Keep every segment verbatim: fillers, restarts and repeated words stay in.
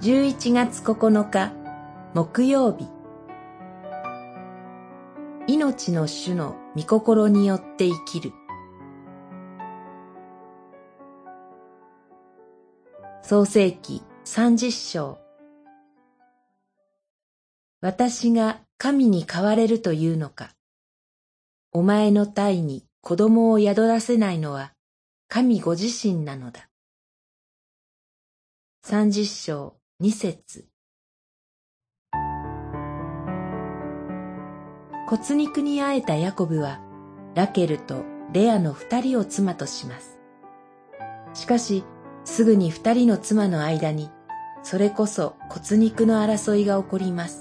じゅういちがつここのか木曜日、命の主の御心によって生きる。創世記さんじゅっしょう。私が神に代われるというのか。お前の胎に子供を宿らせないのは神ご自身なのだ。さんじゅっしょうにせつ。骨肉に会えたヤコブはラケルとレアの二人を妻とします。しかしすぐに二人の妻の間にそれこそ骨肉の争いが起こります。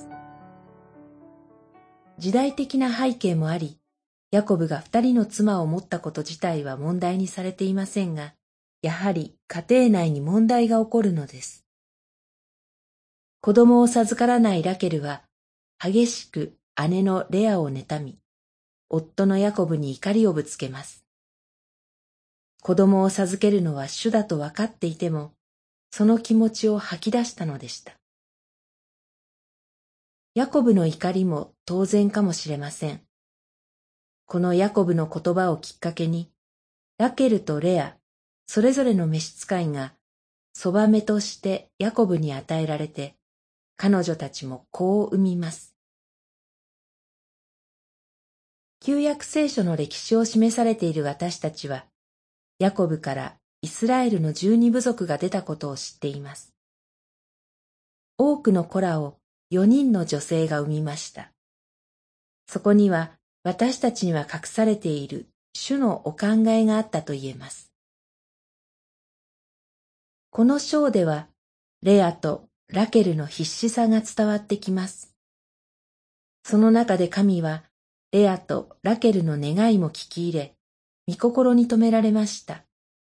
時代的な背景もあり、ヤコブが二人の妻を持ったこと自体は問題にされていませんが、やはり家庭内に問題が起こるのです。子供を授からないラケルは激しく姉のレアを妬み、夫のヤコブに怒りをぶつけます。子供を授けるのは主だと分かっていても、その気持ちを吐き出したのでした。ヤコブの怒りも当然かもしれません。このヤコブの言葉をきっかけに、ラケルとレア、それぞれの召使いが、そばめとしてヤコブに与えられて、彼女たちも子を産みます。旧約聖書の歴史を示されている私たちは、ヤコブからイスラエルの十二部族が出たことを知っています。多くの子らを四人の女性が産みました。そこには私たちには隠されている主のお考えがあったと言えます。この章では、レアとラケルの必死さが伝わってきます。その中で神は、レアとラケルの願いも聞き入れ、御心に留められました。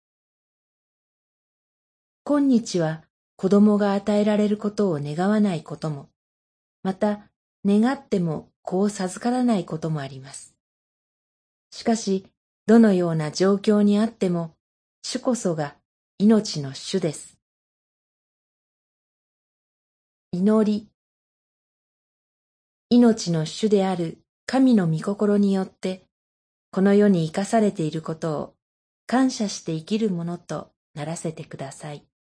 今日は子供が与えられることを願わないことも、また願っても子を授からないこともあります。しかし、どのような状況にあっても、主こそが命の主です。祈り。命の主である神の御心によって、この世に生かされていることを感謝して生きるものとならせてください。